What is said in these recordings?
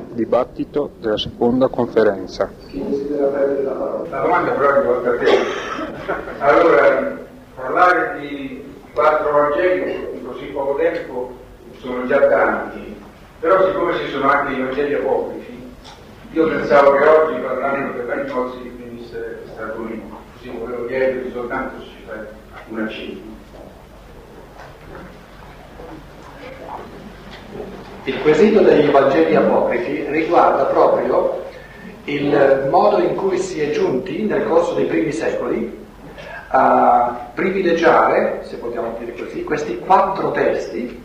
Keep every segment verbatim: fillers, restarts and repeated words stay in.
Dibattito della seconda conferenza. La domanda però è rivolta a te. Allora, parlare di quattro Vangeli in così poco tempo sono già tanti, però siccome ci sono anche i Vangeli apocrifi, io pensavo che oggi parlando della gnosi venisse stato lì, così volevo chiedervi soltanto se ci fai una cifra. Il quesito dei Vangeli apocrifi riguarda proprio il modo in cui si è giunti nel corso dei primi secoli a privilegiare, se vogliamo dire così, questi quattro testi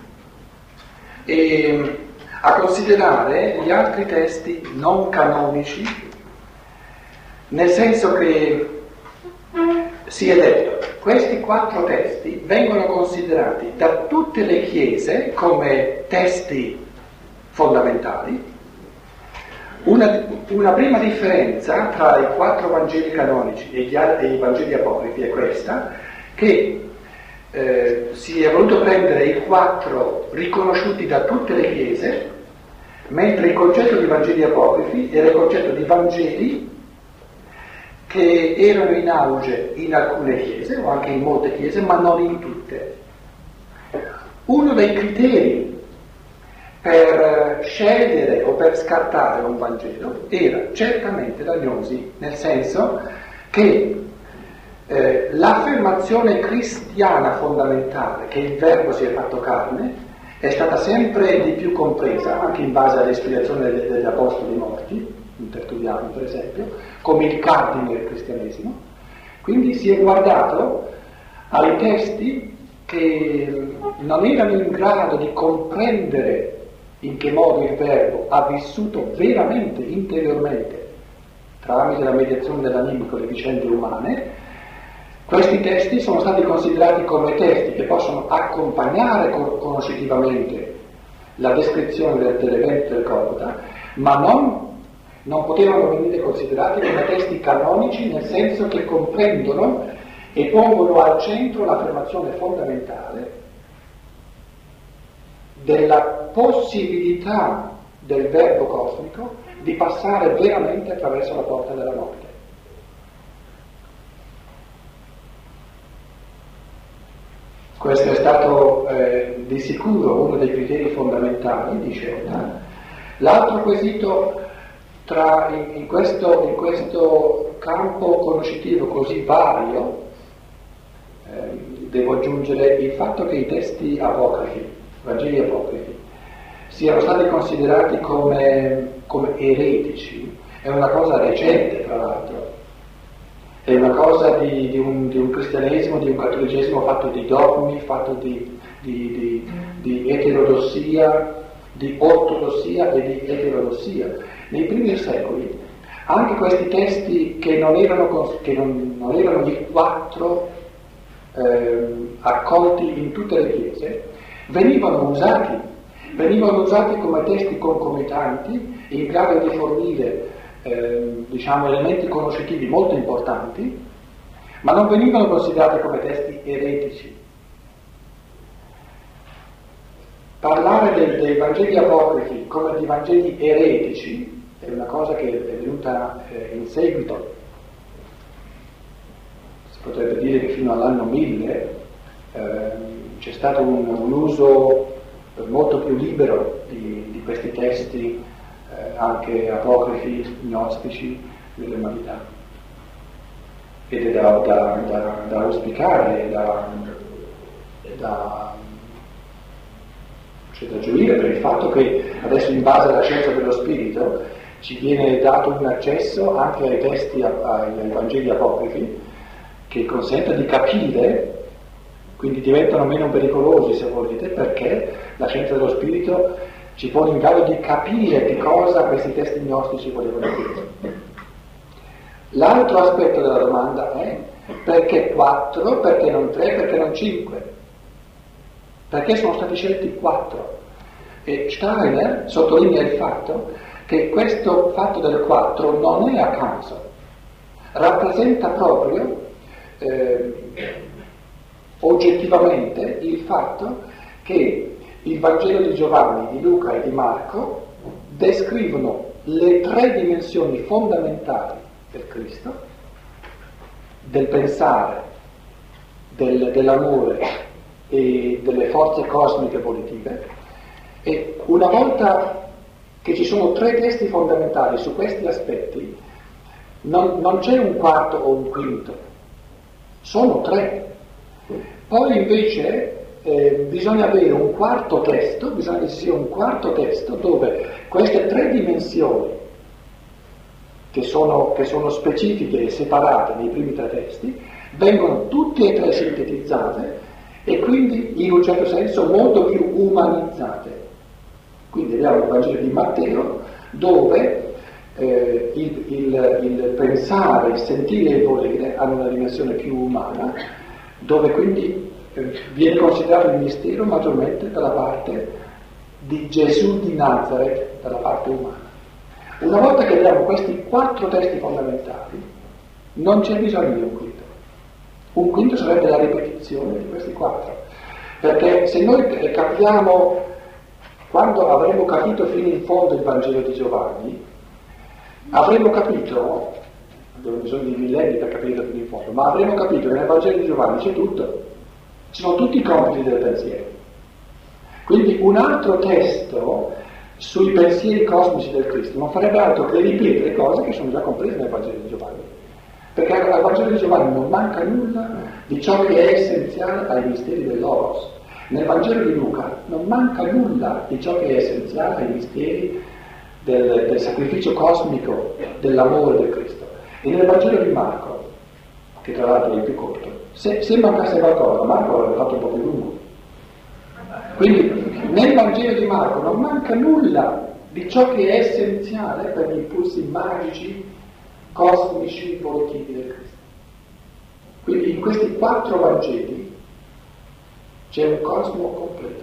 e a considerare gli altri testi non canonici, nel senso che si è detto questi quattro testi vengono considerati da tutte le chiese come testi fondamentali. Una, una prima differenza tra i quattro Vangeli canonici e, gli, e i Vangeli apocrifi è questa, che eh, si è voluto prendere i quattro riconosciuti da tutte le chiese, mentre il concetto di Vangeli apocrifi era il concetto di Vangeli che erano in auge in alcune chiese, o anche in molte chiese, ma non in tutte. Uno dei criteri per scegliere o per scartare un Vangelo era certamente la gnosi, nel senso che eh, l'affermazione cristiana fondamentale che il Verbo si è fatto carne è stata sempre di più compresa, anche in base all'ispirazione degli, degli Apostoli morti, in Tertulliano per esempio, come il cardine del cristianesimo. Quindi si è guardato ai testi che non erano in grado di comprendere in che modo il Verbo ha vissuto veramente, interiormente, tramite la mediazione dell'anima con le vicende umane. Questi testi sono stati considerati come testi che possono accompagnare conoscitivamente la descrizione del, dell'evento del Golgota, ma non, non potevano venire considerati come testi canonici, nel senso che comprendono e pongono al centro l'affermazione fondamentale della possibilità del Verbo cosmico di passare veramente attraverso la porta della morte. Questo è stato eh, di sicuro uno dei criteri fondamentali di scelta. L'altro quesito tra, in, in, questo, in questo campo conoscitivo così vario, eh, devo aggiungere il fatto che i testi apocrifi, Vangeli apocrifi, siano stati considerati come, come eretici, è una cosa recente tra l'altro, è una cosa di, di, un, di un cristianesimo, di un cattolicesimo fatto di dogmi, fatto di, di, di, di eterodossia, di ortodossia e di eterodossia. Nei primi secoli anche questi testi che non erano, che non, non erano i quattro eh, accolti in tutte le chiese, venivano usati, venivano usati come testi concomitanti in grado di fornire eh, diciamo elementi conoscitivi molto importanti, ma non venivano considerati come testi eretici. Parlare dei, dei Vangeli apocrifi come di Vangeli eretici è una cosa che è venuta eh, in seguito. Si potrebbe dire che fino all'anno mille eh, c'è stato un, un uso molto più libero di, di questi testi, eh, anche apocrifi, gnostici, nell'umanità. Ed è da, da, da, da auspicare, da, da, c'è da gioire per il fatto che adesso, in base alla scienza dello spirito, ci viene dato un accesso anche ai testi, ai, ai Vangeli apocrifi, che consente di capire, quindi diventano meno pericolosi se volete, perché la scienza dello spirito ci pone in grado di capire che cosa questi testi gnostici volevano dire. L'altro aspetto della domanda è: perché quattro, perché non tre, perché non cinque? Perché sono stati scelti quattro? E Steiner sottolinea il fatto che questo fatto del quattro non è a caso, rappresenta proprio eh, oggettivamente il fatto che il Vangelo di Giovanni, di Luca e di Marco descrivono le tre dimensioni fondamentali del Cristo, del pensare, del, dell'amore e delle forze cosmiche volitive, e una volta che ci sono tre testi fondamentali su questi aspetti, non, non c'è un quarto o un quinto, sono tre. Poi invece eh, bisogna avere un quarto testo, bisogna che ci sia un quarto testo dove queste tre dimensioni, che sono, che sono specifiche e separate nei primi tre testi, vengono tutte e tre sintetizzate e quindi in un certo senso molto più umanizzate. Quindi abbiamo il Vangelo di Matteo dove eh, il, il, il pensare, il sentire e il volere hanno una dimensione più umana, dove quindi eh, viene considerato il mistero maggiormente dalla parte di Gesù di Nazareth, dalla parte umana. Una volta che abbiamo questi quattro testi fondamentali, non c'è bisogno di un quinto. Un quinto sarebbe la ripetizione di questi quattro, perché se noi capiamo, quando avremo capito fino in fondo il Vangelo di Giovanni, avremo capito, abbiamo bisogno di millenni per capirlo fino in fondo, ma avremo capito che nel Vangelo di Giovanni c'è tutto, ci sono tutti i compiti del pensiero. Quindi un altro testo sui pensieri cosmici del Cristo non farebbe altro che ripetere cose che sono già comprese nel Vangelo di Giovanni, perché al Vangelo di Giovanni non manca nulla di ciò che è essenziale ai misteri del Logos. Nel Vangelo di Luca non manca nulla di ciò che è essenziale ai misteri del, del sacrificio cosmico, dell'amore del Cristo. E nel Vangelo di Marco, che tra l'altro è il più corto, se, se mancasse qualcosa, Marco l'avrebbe fatto un po' più lungo. Quindi nel Vangelo di Marco non manca nulla di ciò che è essenziale per gli impulsi magici, cosmici, volitivi del Cristo. Quindi in questi quattro Vangeli c'è un cosmo completo.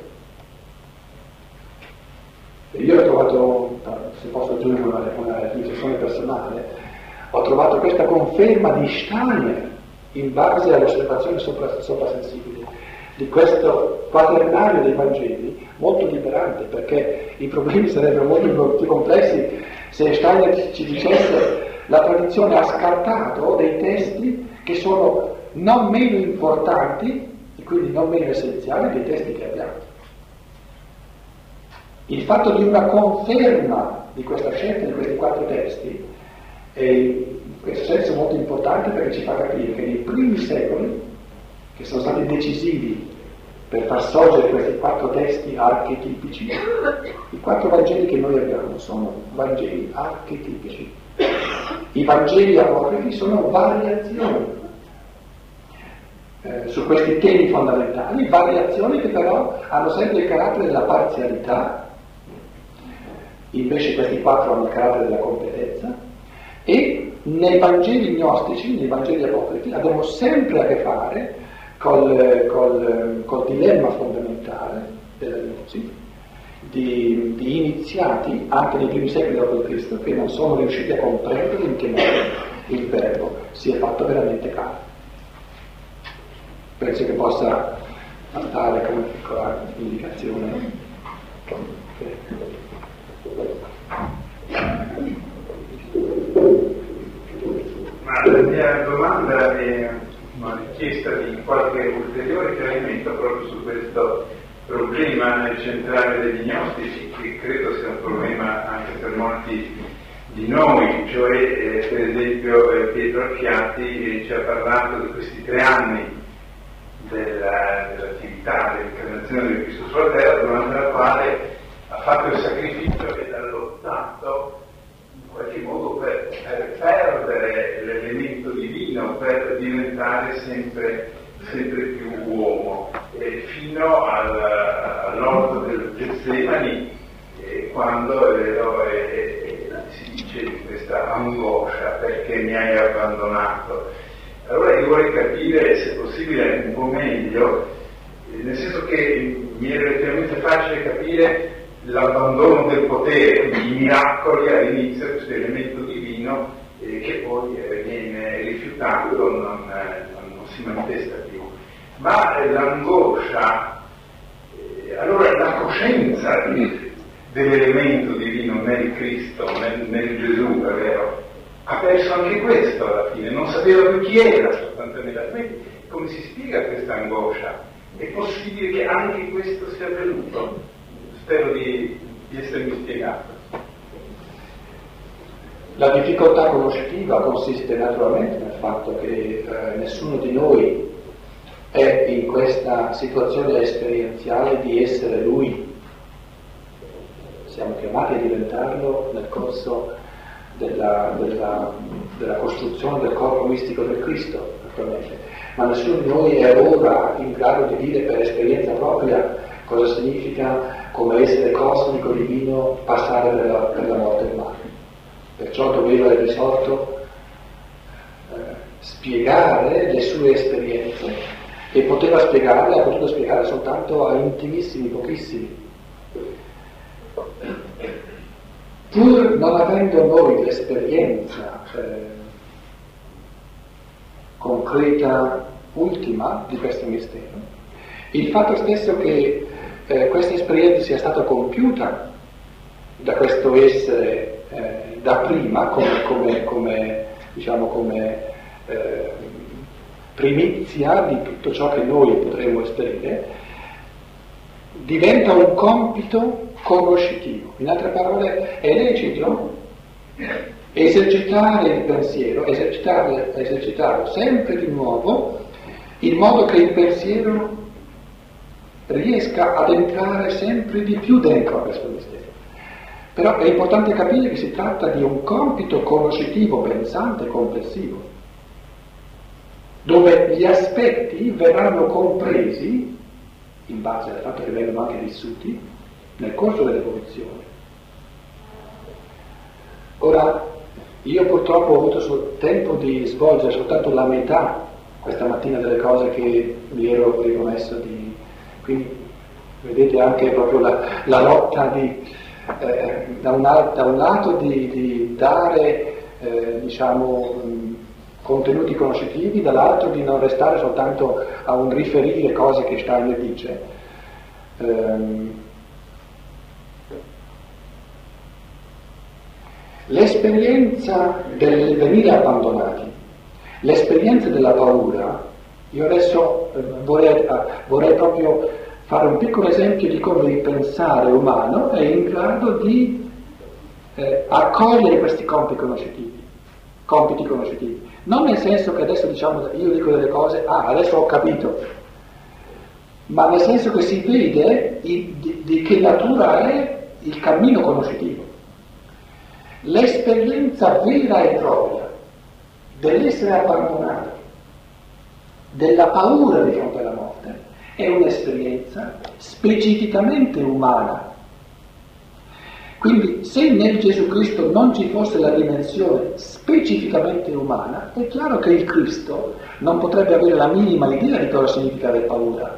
E io ho trovato, se posso aggiungere una, una riflessione personale, ho trovato questa conferma di Steiner in base all'osservazione sopra, soprasensibile di questo quaternario dei Vangeli molto liberante, perché i problemi sarebbero molto più complessi se Steiner ci dicesse la tradizione ha scartato dei testi che sono non meno importanti e quindi non meno essenziali dei testi che abbiamo. Il fatto di una conferma di questa scelta di questi quattro testi è in questo senso molto importante, perché ci fa capire che nei primi secoli, che sono stati decisivi per far sorgere questi quattro testi archetipici, i quattro Vangeli che noi abbiamo sono Vangeli archetipici. I Vangeli apocrifi sono variazioni eh, su questi temi fondamentali, variazioni che però hanno sempre il carattere della parzialità, invece questi quattro hanno il carattere della competenza, e nei Vangeli gnostici, nei Vangeli apocrifi, abbiamo sempre a che fare col, col, col dilemma fondamentale della gnosi, di, di iniziati anche nei primi secoli dopo il Cristo che non sono riusciti a comprendere in che modo il verbo si è fatto veramente carne. Penso che possa andare come piccola indicazione. Ma la mia domanda è una richiesta di qualche ulteriore chiarimento proprio su questo problema centrale degli gnostici, che credo sia un problema anche per molti di noi, cioè eh, per esempio eh, Pietro Alfiati eh, ci ha parlato di questi tre anni della, dell'attività dell'incarnazione di Cristo sulla terra, durante la quale ha fatto il sacrificio ed ha lottato in qualche modo per, per perdere l'elemento divino, per diventare sempre, sempre più uomo, e fino al, all'orto del Getsemani, eh, quando eh, eh, si dice di questa angoscia: perché mi hai abbandonato? Allora io vorrei capire, se possibile, un po' meglio, eh, nel senso che mi è relativamente facile capire l'abbandono del potere, quindi i miracoli all'inizio, questo elemento divino eh, che poi eh, viene rifiutato, non, non, non si manifesta più. Ma eh, l'angoscia, eh, allora la coscienza di, dell'elemento divino nel Cristo, nel, nel Gesù, è vero, ha perso anche questo alla fine, non sapeva più chi era sostanzialmente. Quindi come si spiega questa angoscia? È possibile che anche questo sia avvenuto? Spero di, di essermi spiegato. La difficoltà conoscitiva consiste naturalmente nel fatto che eh, nessuno di noi è in questa situazione esperienziale di essere lui. Siamo chiamati a diventarlo nel corso della, della, della costruzione del corpo mistico del Cristo, naturalmente. Ma nessuno di noi è ora in grado di dire per esperienza propria cosa significa, come essere cosmico divino, passare per la, per la morte umana. Perciò doveva il risorto eh, spiegare le sue esperienze, e poteva spiegarle, ha potuto spiegare soltanto a intimissimi, pochissimi. Pur non avendo noi l'esperienza eh, concreta ultima di questo mistero, il fatto stesso che eh, questa esperienza sia stata compiuta da questo essere eh, da prima come, come, come, diciamo, come eh, primizia di tutto ciò che noi potremo esperire, diventa un compito conoscitivo. In altre parole, è lecito esercitare il pensiero, esercitarlo, esercitarlo sempre di nuovo, in modo che il pensiero riesca ad entrare sempre di più dentro a questo mistero. Però è importante capire che si tratta di un compito conoscitivo, pensante, complessivo, dove gli aspetti verranno compresi, in base al fatto che vengono anche vissuti, nel corso dell'evoluzione. Ora, io purtroppo ho avuto sol- tempo di svolgere soltanto la metà questa mattina delle cose che mi ero ripromesso di... Quindi vedete anche proprio la, la lotta di, eh, da, un, da un lato di, di dare, eh, diciamo, mh, contenuti conoscitivi, dall'altro di non restare soltanto a un riferire cose che Steiner dice. Ehm, L'esperienza del venire abbandonati, l'esperienza della paura, io adesso eh, vorrei, eh, vorrei proprio fare un piccolo esempio di come il pensare umano è in grado di eh, accogliere questi compiti conoscitivi, compiti conoscitivi. Non nel senso che adesso diciamo, io dico delle cose, ah, adesso ho capito, ma nel senso che si vede il, di, di che natura è il cammino conoscitivo. L'esperienza vera e propria dell'essere abbandonato, della paura di fronte alla morte, è un'esperienza specificamente umana. Quindi se nel Gesù Cristo non ci fosse la dimensione specificamente umana, è chiaro che il Cristo non potrebbe avere la minima idea di cosa significa avere paura.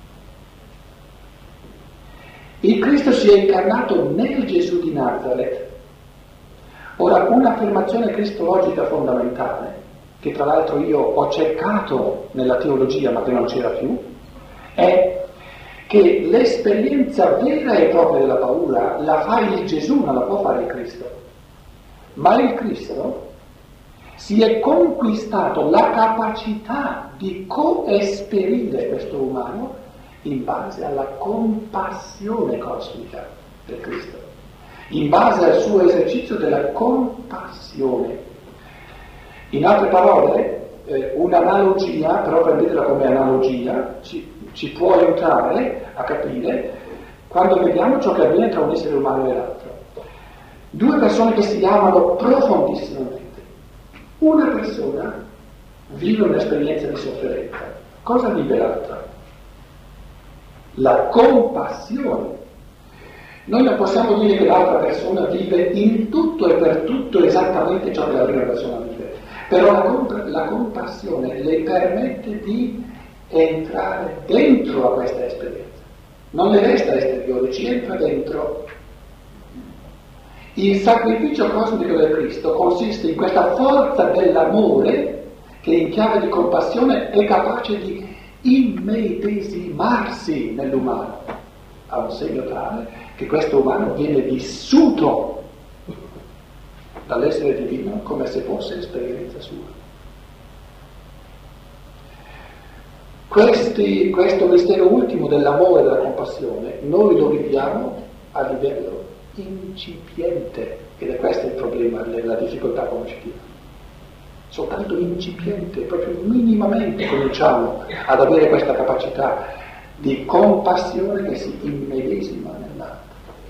Il Cristo si è incarnato nel Gesù di Nazareth. Ora, un'affermazione cristologica fondamentale, che tra l'altro io ho cercato nella teologia ma che non c'era più, è che l'esperienza vera e propria della paura la fa il Gesù, non la può fare il Cristo. Ma il Cristo si è conquistato la capacità di coesperire questo umano in base alla compassione cosmica del Cristo, in base al suo esercizio della compassione. In altre parole, eh, un'analogia, però prendetela come analogia, ci, ci può aiutare a capire quando vediamo ciò che avviene tra un essere umano e l'altro. Due persone che si amano profondissimamente. Una persona vive un'esperienza di sofferenza. Cosa vive l'altra? La compassione. Noi non possiamo dire che l'altra persona vive in tutto e per tutto esattamente ciò che la prima persona vive, però la, comp- la compassione le permette di entrare dentro a questa esperienza, non le resta esteriore, ci entra dentro. Il sacrificio cosmico del Cristo consiste in questa forza dell'amore che in chiave di compassione è capace di immedesimarsi nell'umano, a un segno tale che questo umano viene vissuto dall'essere divino come se fosse esperienza sua. Questi, questo mistero ultimo dell'amore e della compassione noi lo viviamo a livello incipiente, ed è questo il problema, la difficoltà conoscitiva. Soltanto incipiente, proprio minimamente cominciamo ad avere questa capacità di compassione che si immedesima nell'altro.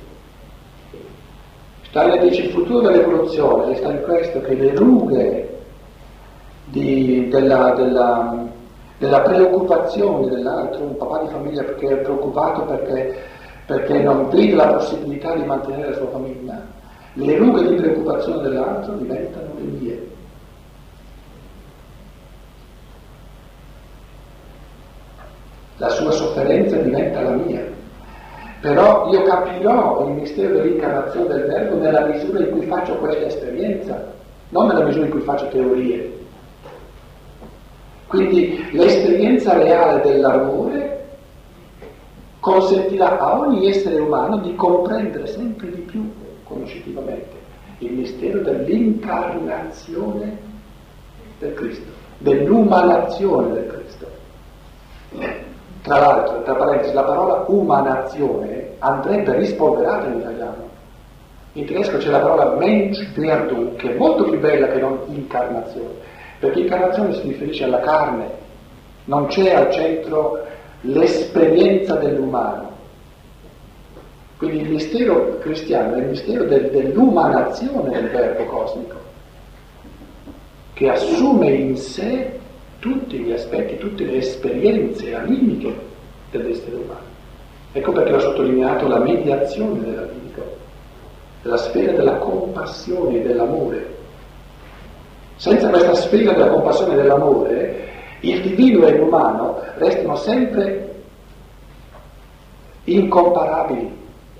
Steiner dice: il futuro dell'evoluzione sta in questo, che le rughe di, della, della, della preoccupazione dell'altro, un papà di famiglia che è preoccupato perché, perché non vede la possibilità di mantenere la sua famiglia, le rughe di preoccupazione dell'altro diventano le mie. La sua sofferenza diventa la mia. Però io capirò il mistero dell'incarnazione del Verbo nella misura in cui faccio questa esperienza, non nella misura in cui faccio teorie. Quindi l'esperienza reale dell'amore consentirà a ogni essere umano di comprendere sempre di più conoscitivamente il mistero dell'incarnazione del Cristo, dell'umanazione del Cristo. Tra l'altro, tra parentesi, la parola umanazione andrebbe rispolverata in italiano. In tedesco c'è la parola Menschwerdung, che è molto più bella che non incarnazione, perché incarnazione si riferisce alla carne, non c'è al centro l'esperienza dell'umano. Quindi il mistero cristiano è il mistero del, dell'umanazione del Verbo cosmico, che assume in sé tutti gli aspetti, tutte le esperienze animiche dell'essere umano. Ecco perché ho sottolineato la mediazione dell'animico, della sfera della compassione e dell'amore. Senza questa sfera della compassione e dell'amore, il divino e l'umano restano sempre incomparabili.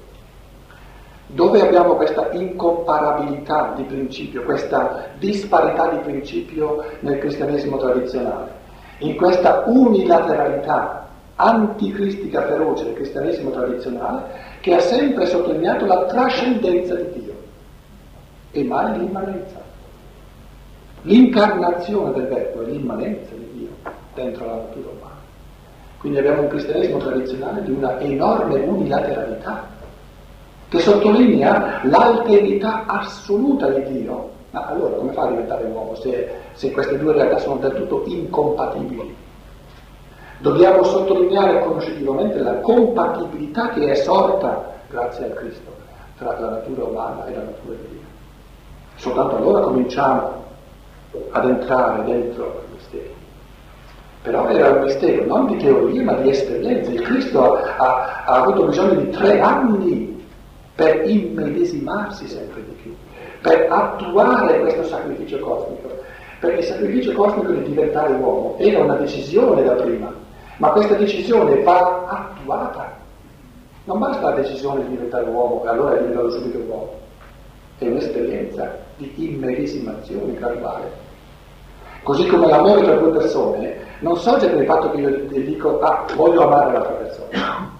Dove abbiamo questa incomparabilità di principio, questa disparità di principio nel cristianesimo tradizionale? In questa unilateralità anticristica feroce del cristianesimo tradizionale, che ha sempre sottolineato la trascendenza di Dio e mai l'immanenza. L'incarnazione del Verbo è l'immanenza di Dio dentro la natura umana. Quindi abbiamo un cristianesimo tradizionale di una enorme unilateralità, che sottolinea l'alterità assoluta di Dio. Ma allora come fa a diventare uomo se, se queste due realtà sono del tutto incompatibili? Dobbiamo sottolineare conoscitivamente la compatibilità che è sorta grazie al Cristo tra la natura umana e la natura di Dio. Soltanto allora cominciamo ad entrare dentro il mistero. Però era un mistero non di teoria ma di esperienza. Il Cristo ha, ha, ha avuto bisogno di tre anni per immedesimarsi sempre di più, per attuare questo sacrificio cosmico, perché il sacrificio cosmico di diventare uomo era una decisione da prima, ma questa decisione va attuata. Non basta la decisione di diventare uomo e allora è diventato subito uomo, è un'esperienza di immedesimazione graduale. Così come l'amore tra due persone non sorge per il fatto che io gli dico ah, voglio amare l'altra persona.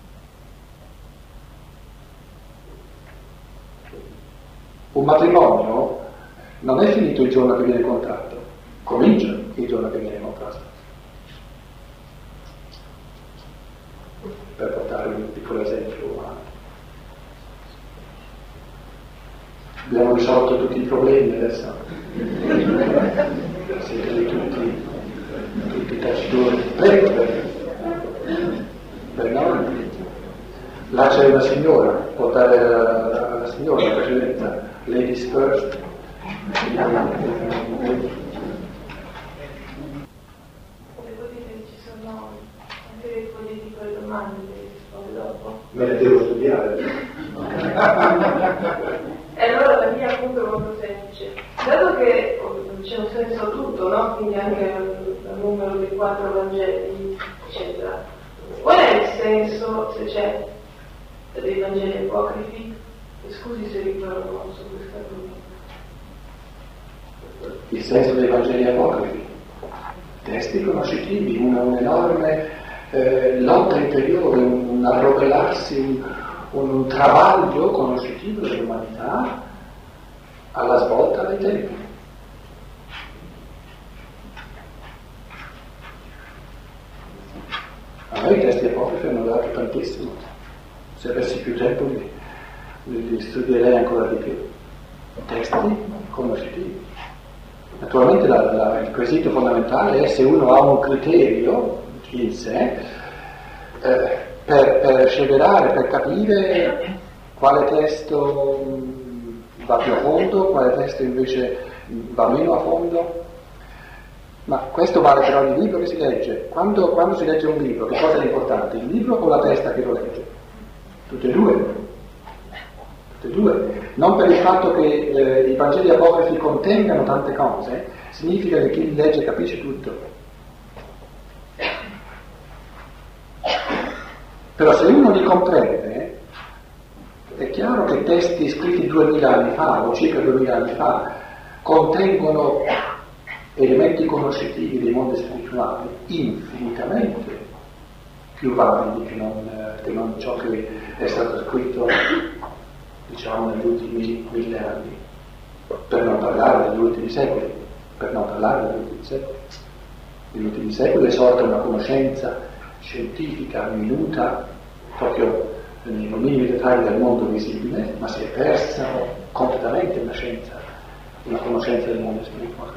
Un matrimonio non è finito il giorno che viene contratto, comincia il giorno che viene contratto. Per portare un piccolo esempio umano. Abbiamo risolto tutti i problemi adesso. Siete lì tutti, tutti taciturni. Prego, prego. Per noi. Là c'è una signora, portare la, la signora in precedenza. Ladies first. Volevo dire che ci sono anche dei fogli di quelle domande che rispondo dopo. Me le devo studiare. E allora la mia appunto è molto semplice. Dato che c'è un senso tutto, no? Quindi anche il numero dei quattro Vangeli, eccetera. Qual è il senso, se c'è, dei Vangeli apocrifi? Scusi se ritorno su questa cosa. Il senso dei Vangeli apocrifi, testi conoscitivi, una, un'enorme eh, lotta interiore, un, un arrovellarsi, un, un travaglio conoscitivo dell'umanità alla svolta dei tempi. A me i testi apocrifi hanno dato tantissimo, se avessi più tempo li, li studierei ancora di più. Testi conoscitivi. Naturalmente la, la, il quesito fondamentale è se uno ha un criterio in sé eh, per, per sceverare, per capire quale testo mh, va più a fondo, quale testo invece mh, va meno a fondo. Ma questo vale per ogni libro che si legge. Quando, quando si legge un libro, che cosa è importante? Il libro o la testa che lo legge? Tutte e due. Tutte e due. Non per il fatto che eh, i Vangeli apocrifi contengano tante cose, significa che chi li legge capisce tutto. Però se uno li comprende, è chiaro che testi scritti duemila anni fa, o circa duemila anni fa, contengono elementi conoscitivi dei mondi spirituali infinitamente più validi che non, che non ciò che è stato scritto, diciamo, negli ultimi mille anni, per non parlare degli ultimi secoli, per non parlare degli ultimi secoli. Negli ultimi secoli è sorta una conoscenza scientifica minuta, proprio nei minimi dettagli del mondo visibile, ma si è persa completamente una scienza, una conoscenza del mondo spirituale.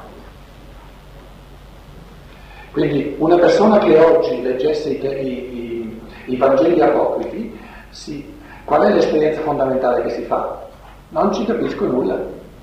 Quindi una persona che oggi leggesse i, i, i, i Vangeli apocrifi, si, qual è l'esperienza fondamentale che si fa? Non ci capisco nulla.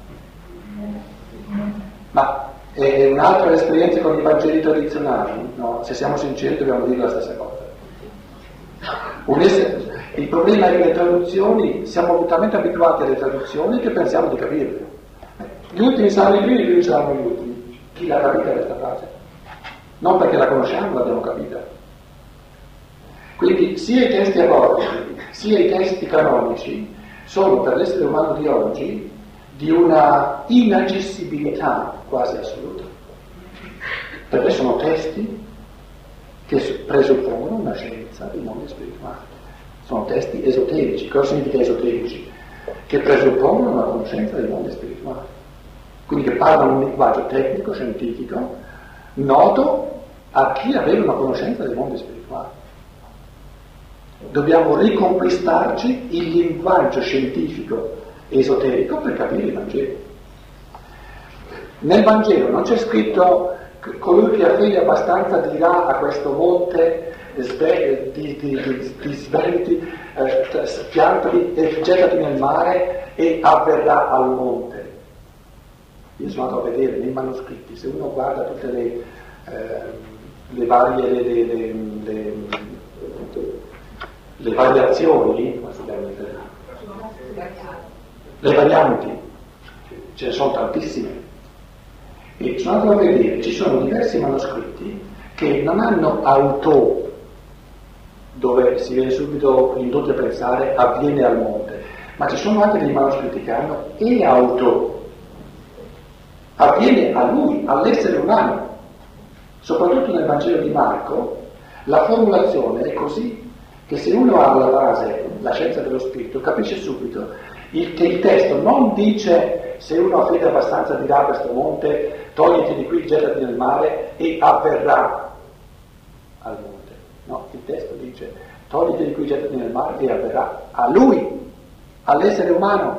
Ma è un'altra esperienza con i Vangeli tradizionali? No, se siamo sinceri dobbiamo dire la stessa cosa. Un essere, il problema è che le traduzioni, siamo talmente abituati alle traduzioni che pensiamo di capirle. Gli ultimi saranno i primi, gli ultimi saranno gli ultimi. Chi l'ha capita questa frase? Non perché la conosciamo, l'abbiamo capita. Quindi sia i testi apocrifi, sia i testi canonici sono per l'essere umano di oggi di una inaccessibilità quasi assoluta, perché sono testi che presuppongono una scienza dei mondi spirituali. Sono testi esoterici. Cosa significa esoterici? Che presuppongono una conoscenza dei mondi spirituali, quindi che parlano un linguaggio tecnico, scientifico, noto a chi aveva una conoscenza dei mondi spirituali. Dobbiamo riconquistarci il linguaggio scientifico esoterico per capire il Vangelo. Nel Vangelo non c'è scritto colui che ha fede abbastanza dirà a questo monte sve, di, di, di, di svelti, eh, piantati e gettati nel mare e avverrà al monte. Io sono andato a vedere nei manoscritti, se uno guarda tutte le, eh, le varie le, le, le, le, le variazioni, come si chiama? Le varianti, ce ne sono tantissime. E sono andato a vedere, ci sono diversi manoscritti che non hanno auto, dove si viene subito indotto a pensare avviene al monte, ma ci sono anche dei manoscritti che hanno e auto, avviene a lui, all'essere umano. Soprattutto nel Vangelo di Marco la formulazione è così che se uno ha alla base la scienza dello spirito capisce subito il, che il testo non dice se uno ha fede abbastanza dirà a questo monte togliti di qui, gettati nel mare e avverrà al monte. No, il testo dice togliti di qui, gettati nel mare e avverrà a lui, all'essere umano.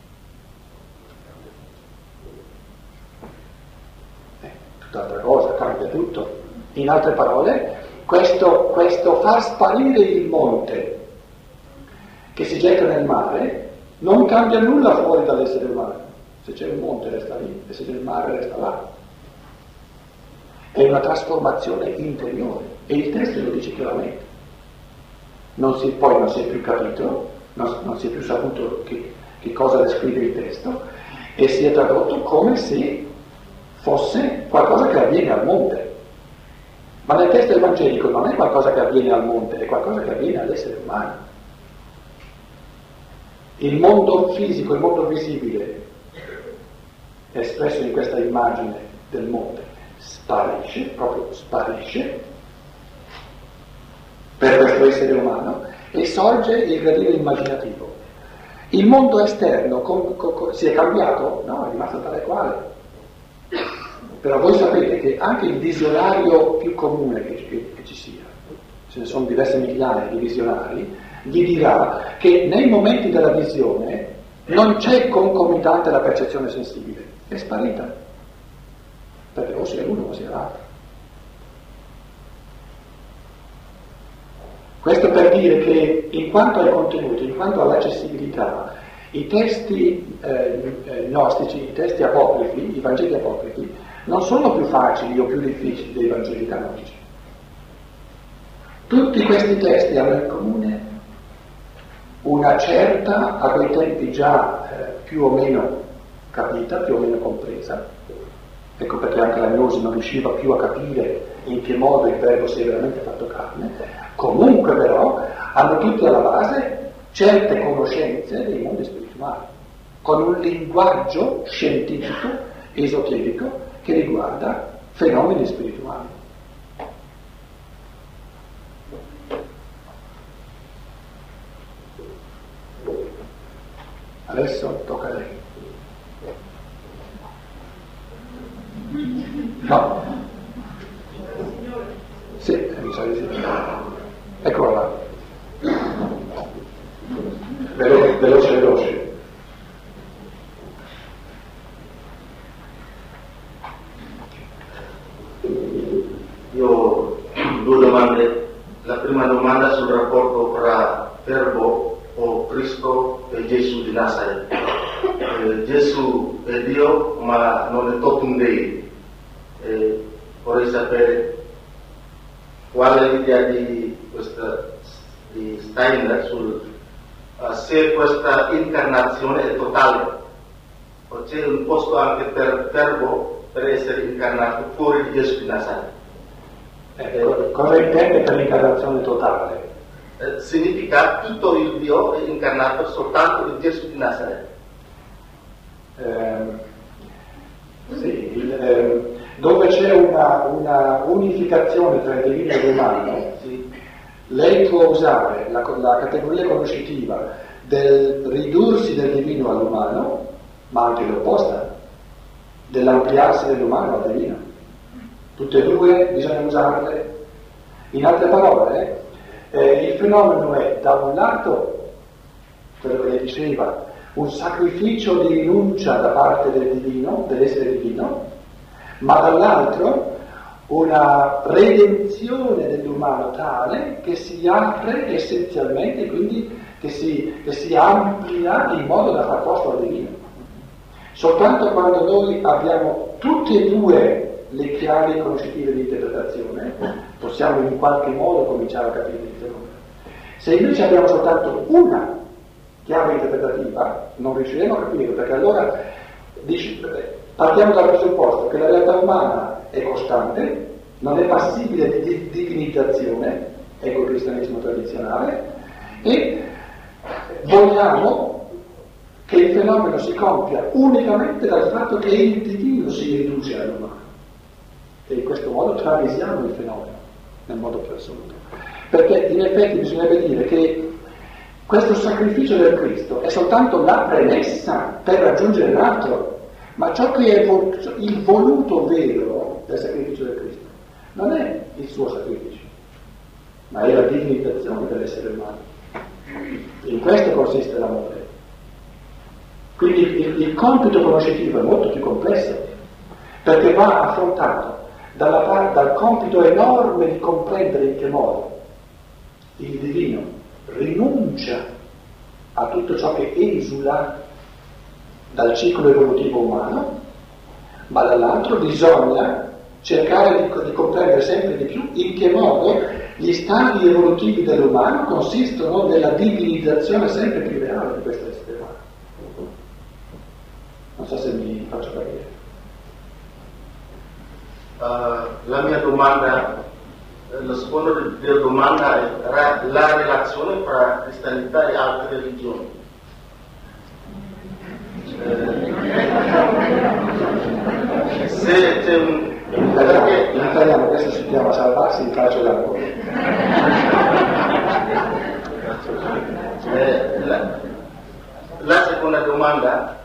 Eh, tutt'altra cosa, cambia tutto. In altre parole, questo, questo far sparire il monte che si getta nel mare non cambia nulla fuori dall'essere umano. Se c'è un monte resta lì e se c'è il mare resta là. È una trasformazione interiore e il testo lo dice chiaramente. Non si, poi non si è più capito, non, non si è più saputo che, che cosa descrive il testo e si è tradotto come se fosse qualcosa che avviene al monte. Ma nel testo evangelico non è qualcosa che avviene al monte, è qualcosa che avviene all'essere umano. Il mondo fisico, il mondo visibile, è espresso in questa immagine del monte, sparisce, proprio sparisce, per questo essere umano, e sorge il gradino immaginativo. Il mondo esterno con, con, con, si è cambiato? No, è rimasto tale quale. Però voi sapete che anche il visionario più comune che, che, che ci sia, ce ne sono diverse migliaia di visionari, vi dirà che nei momenti della visione non c'è concomitante la percezione sensibile, è sparita, perché o sia l'uno o sia l'altro. Questo per dire che in quanto ai contenuti, in quanto all'accessibilità, i testi eh, gnostici, i testi apocrifi, i Vangeli apocrifi, non sono più facili o più difficili dei Vangeli canonici. Tutti questi testi hanno in comune una certa, a quei tempi già eh, più o meno capita, più o meno compresa. Ecco perché anche la Gnosi non riusciva più a capire in che modo il Verbo si è veramente fatto carne. Comunque però hanno tutti alla base certe conoscenze dei mondi spirituali, con un linguaggio scientifico, esoterico, che riguarda fenomeni spirituali. Adesso tocca a lei. No. Sì, mi sa di sì. Eccola là. Velo- veloce, veloce. Io ho due domande. La prima domanda sul rapporto tra Verbo o Cristo e Gesù di Nazareth. Eh, Gesù è Dio, ma non è totum Dei. Eh, vorrei sapere qual è l'idea di, questa, di Steiner sul uh, se questa incarnazione è totale, o c'è un posto anche per Verbo per essere incarnato fuori di Gesù di Nazareth. Eh, cosa intende per l'incarnazione totale? Eh, significa tutto il Dio è incarnato soltanto in Gesù di Nazareth. Eh, sì, il, eh, dove c'è una, una unificazione tra il divino e l'umano, Sì. lei può usare la, la categoria conoscitiva del ridursi del divino all'umano, ma anche l'opposta, dell'ampliarsi dell'umano al divino. Tutte e due bisogna usarle. In altre parole, eh, il fenomeno è da un lato, quello che lei diceva, un sacrificio di rinuncia da parte del divino, dell'essere divino, ma dall'altro una redenzione dell'umano tale che si apre essenzialmente, quindi che si, che si amplia in modo da far posto al divino. Soltanto quando noi abbiamo tutte e due le chiavi conoscitive di interpretazione possiamo in qualche modo cominciare a capire il fenomeno. Se invece abbiamo soltanto una chiave interpretativa non riusciremo a capire, perché allora dici, partiamo dal presupposto che la realtà umana è costante, non è passibile di divinizzazione, ecco il cristianesimo tradizionale, e vogliamo che il fenomeno si compia unicamente dal fatto che il divino si riduce all'umano. E in questo modo travisiamo il fenomeno nel modo più assoluto. Perché in effetti bisognerebbe dire che questo sacrificio del Cristo è soltanto la premessa per raggiungere l'altro, ma ciò che è il voluto vero del sacrificio del Cristo non è il suo sacrificio, ma è la divinizzazione dell'essere umano. In questo consiste l'amore. Quindi il, il compito conoscitivo è molto più complesso, perché va affrontato dalla parte, dal compito enorme di comprendere in che modo il divino rinuncia a tutto ciò che esula dal ciclo evolutivo umano, ma dall'altro bisogna cercare di, di comprendere sempre di più in che modo gli stadi evolutivi dell'umano consistono nella divinizzazione sempre più reale di questo essere umano. Non so se mi faccio capire. Uh, la mia domanda, lo sfondo della domanda è la relazione tra cristianità e altre religioni. Eh, se c'è un... In italiano, in italiano questo si chiama salvarsi in calcio d'angolo. una domanda.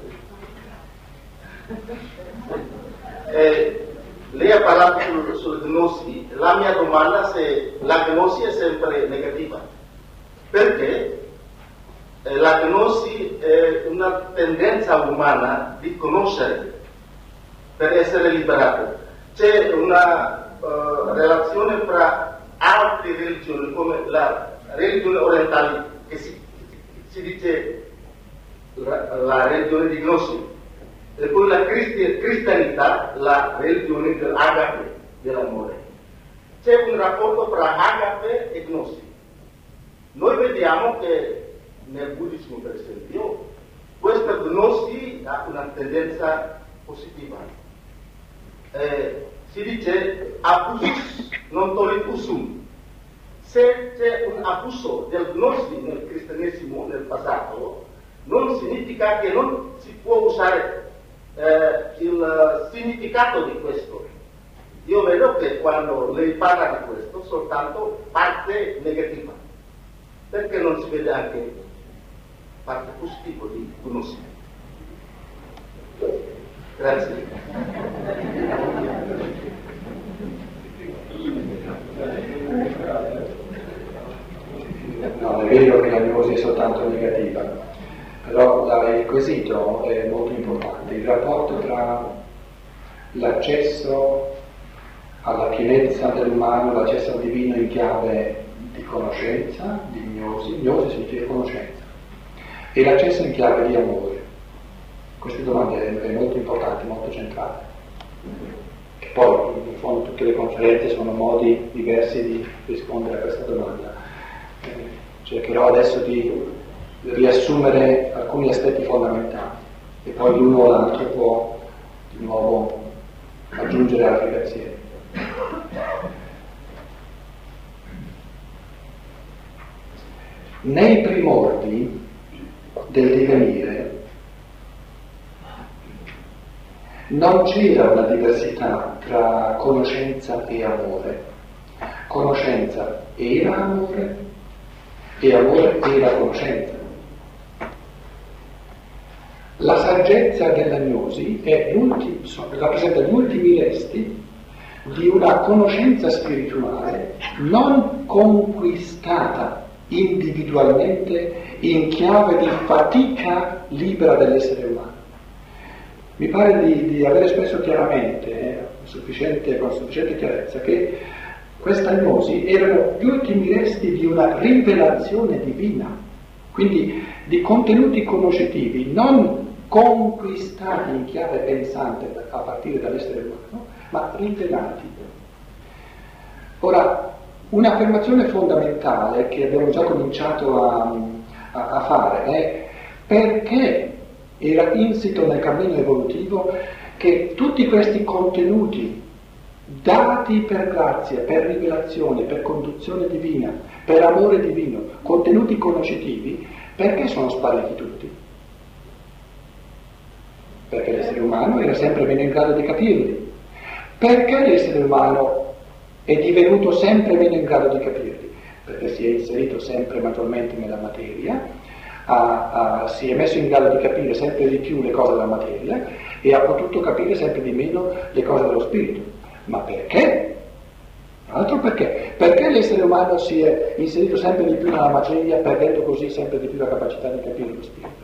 Eh, lei ha parlato sul, sulla gnosi, la mia domanda è se la gnosi è sempre negativa, perché eh, la gnosi è una tendenza umana di conoscere per essere liberato. C'è una uh, relazione fra altre religioni come la religione orientale, che si, si dice la, la religione di gnosi, e poi la cristi- cristianità, la religione dell'agape, dell'amore. C'è un rapporto tra agape e gnosi. Noi vediamo che nel buddismo, per esempio, questa gnosi ha una tendenza positiva. Eh, si dice abusus non tollit sum. Se c'è un abuso del gnosi nel cristianesimo nel passato, non significa che non si può usare Eh, il significato di questo. Io vedo che quando lei parla di questo soltanto parte negativa, perché non si vede anche parte positiva di conoscere. Grazie. No, è vero che la gnosi è soltanto negativa. Però la, il quesito è molto importante, il rapporto tra l'accesso alla pienezza dell'umano, l'accesso al divino in chiave di conoscenza, di gnosi, gnosi significa conoscenza, e l'accesso in chiave di amore. Queste domande è molto importante, molto centrale. Che poi in fondo tutte le conferenze sono modi diversi di rispondere a questa domanda. Eh, cercherò adesso di riassumere alcuni aspetti fondamentali e poi l'uno o l'altro può di nuovo aggiungere altri pensieri. Nei primordi del divenire non c'era una diversità tra conoscenza e amore. Conoscenza era amore e amore era conoscenza. La saggezza della gnosi è rappresenta gli ultimi resti di una conoscenza spirituale non conquistata individualmente in chiave di fatica libera dell'essere umano. Mi pare di, di aver espresso chiaramente, eh, sufficiente, con sufficiente chiarezza, che questa gnosi erano gli ultimi resti di una rivelazione divina, quindi di contenuti conoscitivi non conquistati in chiave pensante a partire dall'essere umano, ma rivelati. Ora, un'affermazione fondamentale che abbiamo già cominciato a, a, a fare è perché era insito nel cammino evolutivo che tutti questi contenuti dati per grazia, per rivelazione, per conduzione divina, per amore divino, contenuti conoscitivi, perché sono spariti tutti? Perché l'essere umano era sempre meno in grado di capirli. Perché l'essere umano è divenuto sempre meno in grado di capirli? Perché si è inserito sempre maggiormente nella materia, ha, ha, si è messo in grado di capire sempre di più le cose della materia e ha potuto capire sempre di meno le cose dello spirito. Ma perché? Altro perché? Perché l'essere umano si è inserito sempre di più nella materia, perdendo così sempre di più la capacità di capire lo spirito?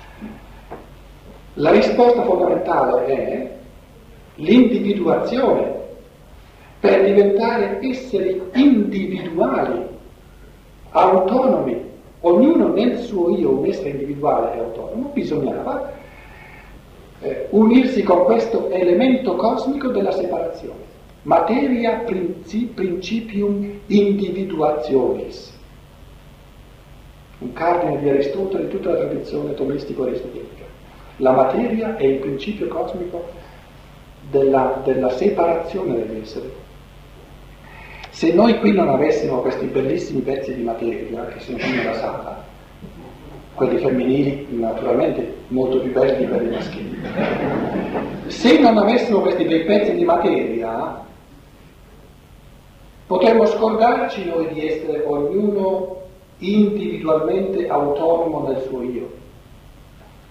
La risposta fondamentale è l'individuazione. Per diventare esseri individuali, autonomi, ognuno nel suo io, un essere individuale e autonomo, bisognava eh, unirsi con questo elemento cosmico della separazione. Materia princi- principium individuationis, un cardine di Aristotele di tutta la tradizione tomistico-aristotelica. La materia è il principio cosmico della, della separazione degli esseri. Se noi qui non avessimo questi bellissimi pezzi di materia che sono qui nella sala, quelli femminili naturalmente molto più belli di quelli maschili, se non avessimo questi bei pezzi di materia, potremmo scordarci noi di essere ognuno individualmente autonomo nel suo io.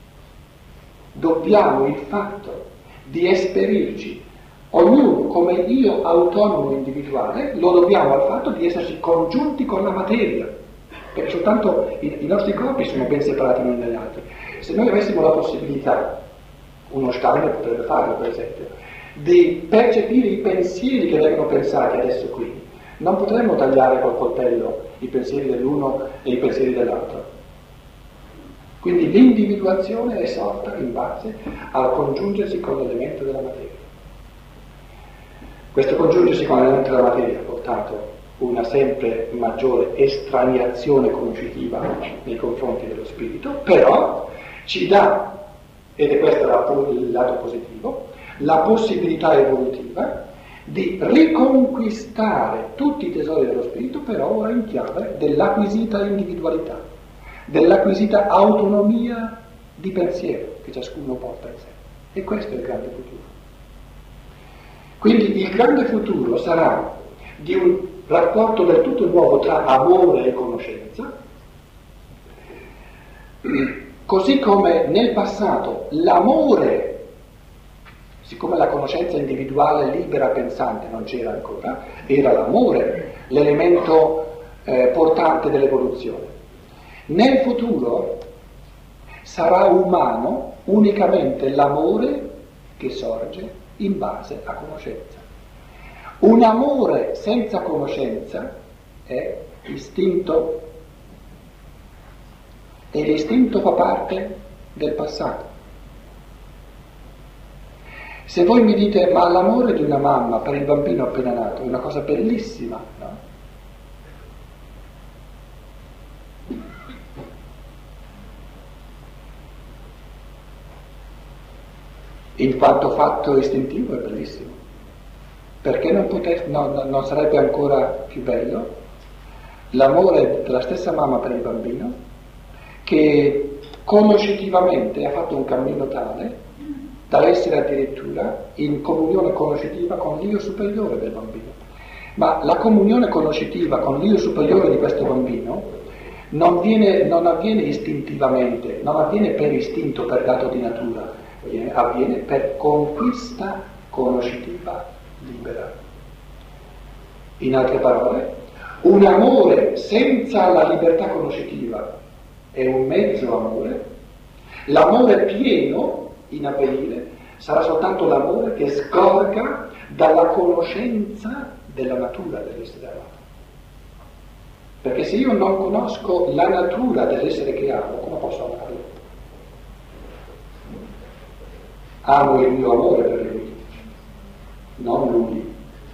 dobbiamo il fatto di esperirci ognuno come io autonomo individuale, lo dobbiamo al fatto di esserci congiunti con la materia, perché soltanto i, i nostri corpi sono ben separati l'uno dagli altri. Se noi avessimo la possibilità, uno Steiner potrebbe farlo per esempio, di percepire i pensieri che vengono pensati adesso qui, non potremmo tagliare col coltello i pensieri dell'uno e i pensieri dell'altro. Quindi l'individuazione è sorta in base al congiungersi con l'elemento della materia. Questo congiungersi con l'elemento della materia ha portato una sempre maggiore estraniazione conoscitiva nei confronti dello spirito, però ci dà, ed è questo il lato positivo, la possibilità evolutiva di riconquistare tutti i tesori dello spirito, però ora in chiave dell'acquisita individualità, dell'acquisita autonomia di pensiero che ciascuno porta in sé. E questo è il grande futuro. Quindi il grande futuro sarà di un rapporto del tutto nuovo tra amore e conoscenza, così come nel passato l'amore, siccome la conoscenza individuale libera pensante non c'era ancora, era l'amore l'elemento eh, portante dell'evoluzione. Nel futuro sarà umano unicamente l'amore che sorge in base a conoscenza. Un amore senza conoscenza è istinto, e l'istinto fa parte del passato. Se voi mi dite, ma l'amore di una mamma per il bambino appena nato è una cosa bellissima, no? In quanto fatto istintivo è bellissimo. Perché non, poter, no, non sarebbe ancora più bello l'amore della stessa mamma per il bambino, che conoscitivamente ha fatto un cammino tale da essere addirittura in comunione conoscitiva con l'io superiore del bambino. Ma la comunione conoscitiva con l'io superiore di questo bambino non, viene, non avviene istintivamente, non avviene per istinto, per dato di natura, avviene, avviene per conquista conoscitiva libera. In altre parole, un amore senza la libertà conoscitiva è un mezzo amore, l'amore pieno in avvenire sarà soltanto l'amore che scorga dalla conoscenza della natura dell'essere amato. Perché se io non conosco la natura dell'essere che amo, come posso amarlo? Amo il mio amore per lui, non lui.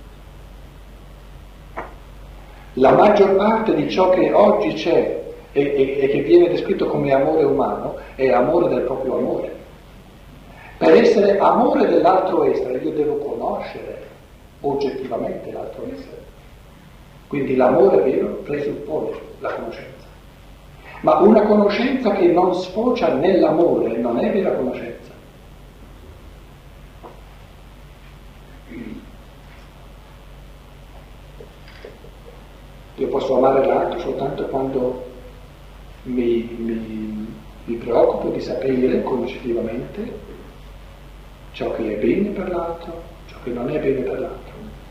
La maggior parte di ciò che oggi c'è e, e, e che viene descritto come amore umano è amore del proprio amore. Per essere amore dell'altro essere io devo conoscere oggettivamente l'altro essere. Quindi l'amore vero presuppone la conoscenza. Ma una conoscenza che non sfocia nell'amore non è vera conoscenza. Io posso amare l'altro soltanto quando mi, mi, mi preoccupo di sapere conoscitivamente ciò che è bene per l'altro, ciò che non è bene per l'altro.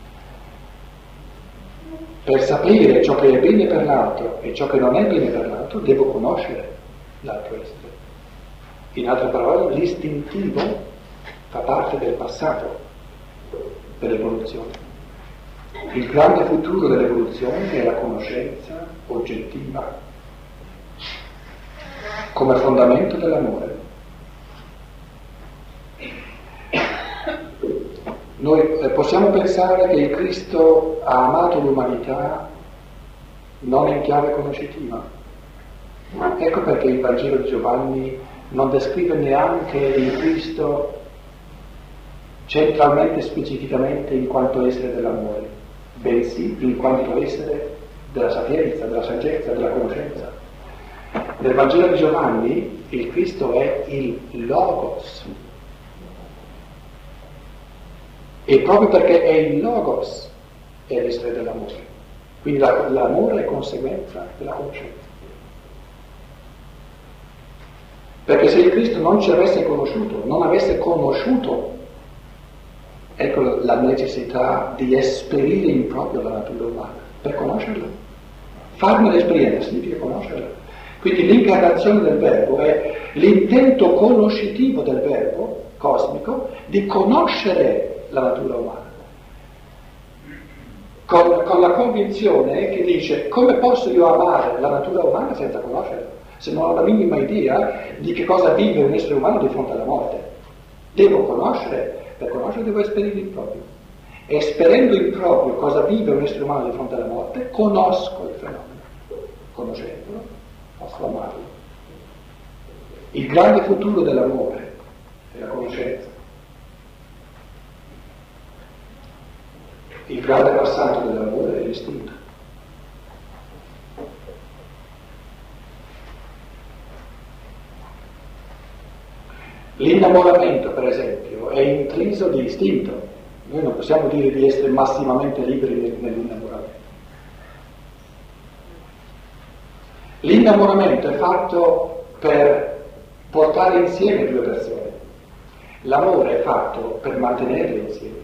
Per sapere ciò che è bene per l'altro e ciò che non è bene per l'altro, devo conoscere l'altro essere. In altre parole, l'istintivo fa parte del passato dell'evoluzione. Il grande futuro dell'evoluzione è la conoscenza oggettiva come fondamento dell'amore. Noi eh, possiamo pensare che il Cristo ha amato l'umanità non in chiave conoscitiva. Ecco perché il Vangelo di Giovanni non descrive neanche il Cristo centralmente e specificamente in quanto essere dell'amore, bensì in quanto essere della sapienza, della saggezza, della conoscenza. Nel Vangelo di Giovanni il Cristo è il Logos. E proprio perché è il Logos è l'essere dell'amore. Quindi la, l'amore è conseguenza della conoscenza. Perché se il Cristo non ci avesse conosciuto, non avesse conosciuto, ecco la necessità di esperire in proprio la natura umana, per conoscerla. Farne l'esperienza significa conoscerla. Quindi l'incarnazione del Verbo è l'intento conoscitivo del Verbo cosmico di conoscere la natura umana. Con, con la convinzione che dice: come posso io amare la natura umana senza conoscerla? Se non ho la minima idea di che cosa vive un essere umano di fronte alla morte. Devo conoscere, per conoscere devo esperire in proprio. Esperendo in proprio cosa vive un essere umano di fronte alla morte, conosco il fenomeno. Conoscendolo, posso amarlo. Il grande futuro dell'amore è la conoscenza. Il grande passato dell'amore è l'istinto. L'innamoramento, per esempio, è intriso di istinto. Noi non possiamo dire di essere massimamente liberi nell'innamoramento. L'innamoramento è fatto per portare insieme due persone. L'amore è fatto per mantenerle insieme.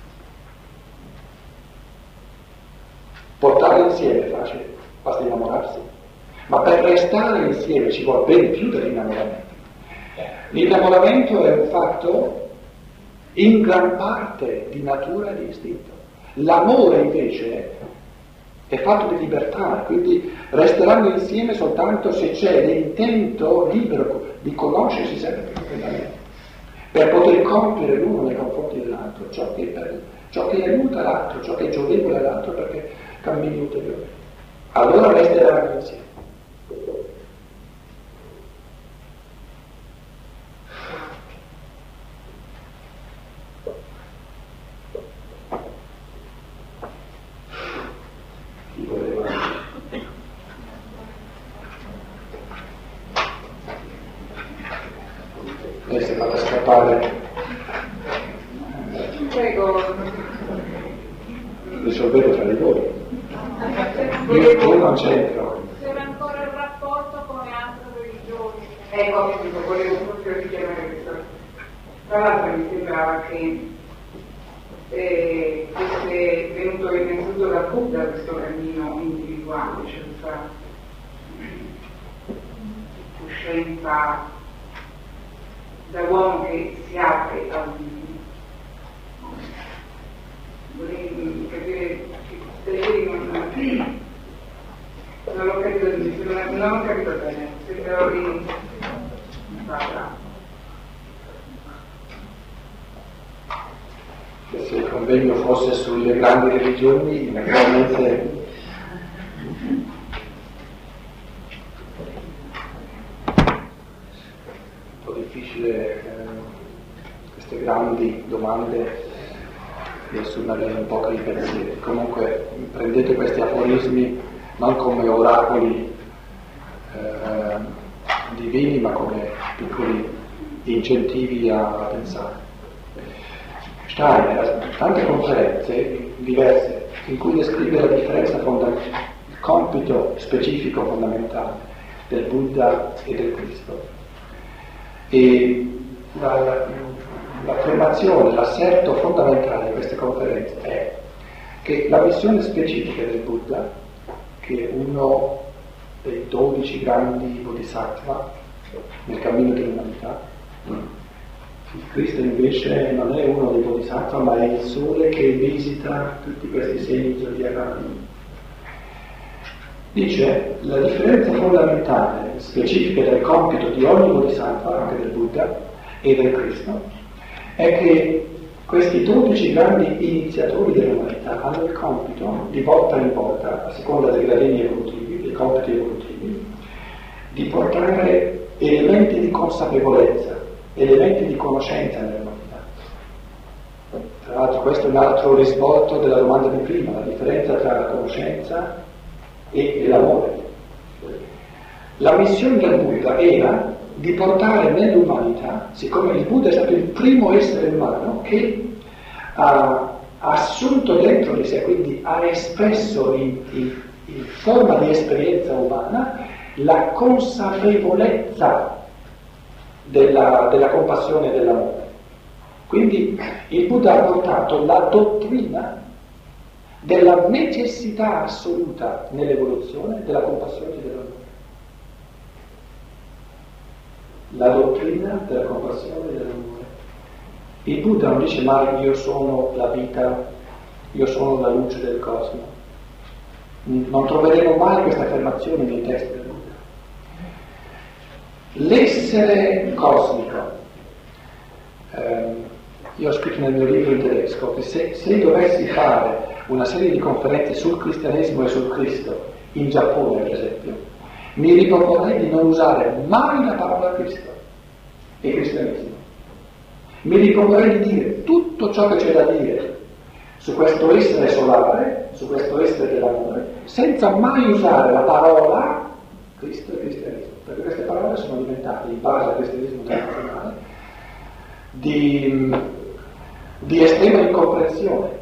Portare insieme è facile, basta innamorarsi. Ma per restare insieme ci vuole ben più dell'innamoramento. L'innamoramento è un fatto in gran parte di natura e di istinto. L'amore invece è fatto di libertà, quindi resteranno insieme soltanto se c'è l'intento libero di conoscersi sempre più profondamente, per poter compiere l'uno nei confronti dell'altro ciò che, per, ciò che aiuta l'altro, ciò che è giovevole all'altro perché cammini ulteriore. Allora resteranno insieme. Lei si è fatta scappare. Prego. Risolvete fra di voi. Io, io non c'entro. C'era ancora il rapporto con le altre religioni. Ecco, appunto, volevo proprio richiamare questo. Tra l'altro mi sembrava che eh, fosse venuto innanzitutto da Buddha questo cammino individuale, cioè questa coscienza da uomo che si apre al divino. Vorrei capire se ieri non, non l'ho capito, non, non ho capito bene, sembrava di parla. Se il convegno fosse sulle grandi religioni, naturalmente un po' difficile eh, queste grandi domande riassumere in pochi pensieri. Comunque prendete questi aforismi non come oracoli eh, divini, ma come piccoli incentivi a, a pensare. Steiner ha tante conferenze diverse in cui descrive la differenza fondamentale, il compito specifico fondamentale del Buddha e del Cristo. E la, l'affermazione, l'asserto fondamentale di queste conferenze è che la missione specifica del Buddha, che è uno dei dodici grandi bodhisattva nel cammino dell'umanità, il Cristo invece non è uno dei bodhisattva, ma è il sole che visita tutti questi segni zodiacali. Dice, la differenza fondamentale, specifica del compito di ogni bodhisattva, anche del Buddha e del Cristo, è che questi dodici grandi iniziatori dell'umanità hanno il compito, di volta in volta, a seconda dei gradini evolutivi, dei compiti evolutivi, di portare elementi di consapevolezza, elementi di conoscenza nell'umanità. Tra l'altro questo è un altro risvolto della domanda di prima, la differenza tra la conoscenza e l'amore. La missione del Buddha era di portare nell'umanità, siccome il Buddha è stato il primo essere umano che ha assunto dentro di sé, quindi ha espresso in, in, in forma di esperienza umana la consapevolezza della, della compassione e dell'amore. Quindi il Buddha ha portato la dottrina della necessità assoluta nell'evoluzione della compassione e dell'amore. La dottrina della compassione e dell'amore. Il Buddha non dice mai io sono la vita, io sono la luce del cosmo. Non troveremo mai questa affermazione nei testi del Buddha. L'essere cosmico. Eh, io ho scritto nel mio libro in tedesco che se, se dovessi fare una serie di conferenze sul cristianesimo e sul Cristo in Giappone, per esempio, mi riproporrei di non usare mai la parola Cristo e cristianesimo. Mi riproporrei di dire tutto ciò che c'è da dire su questo essere solare, su questo essere dell'amore, senza mai usare la parola Cristo e cristianesimo, perché queste parole sono diventate, in base al cristianesimo tradizionale, di, di estrema incomprensione.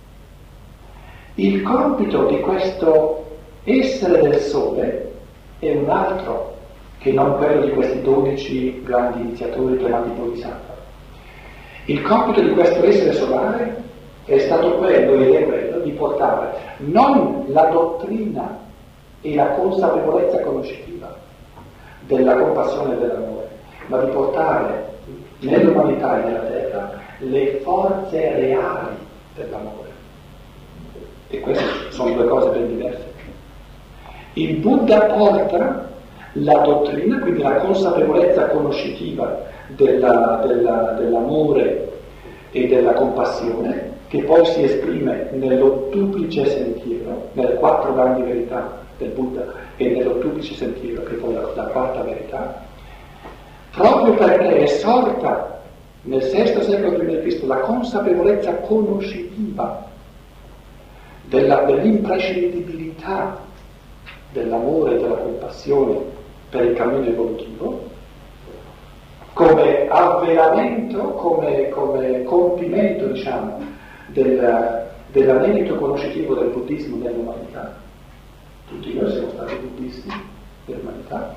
Il compito di questo essere del sole è un altro che non quello di questi dodici grandi iniziatori chiamati Bodhisattva. Il compito di questo essere solare è stato quello ed è quello di portare non la dottrina e la consapevolezza conoscitiva della compassione e dell'amore, ma di portare nell'umanità e nella terra le forze reali dell'amore. E queste sono due cose ben diverse. Il Buddha porta la dottrina, quindi la consapevolezza conoscitiva della, della, dell'amore e della compassione, che poi si esprime nell'ottuplice sentiero, nelle quattro grandi verità del Buddha e nell'ottuplice sentiero, che poi è la, la quarta verità, proprio perché è sorta nel sesto secolo prima di Cristo la consapevolezza conoscitiva della, dell'imprescindibilità dell'amore e della compassione per il cammino evolutivo, come avveramento, come, come compimento, diciamo, del, dell'anelito conoscitivo del buddismo nell'umanità. Tutti noi siamo stati buddisti nell'umanità.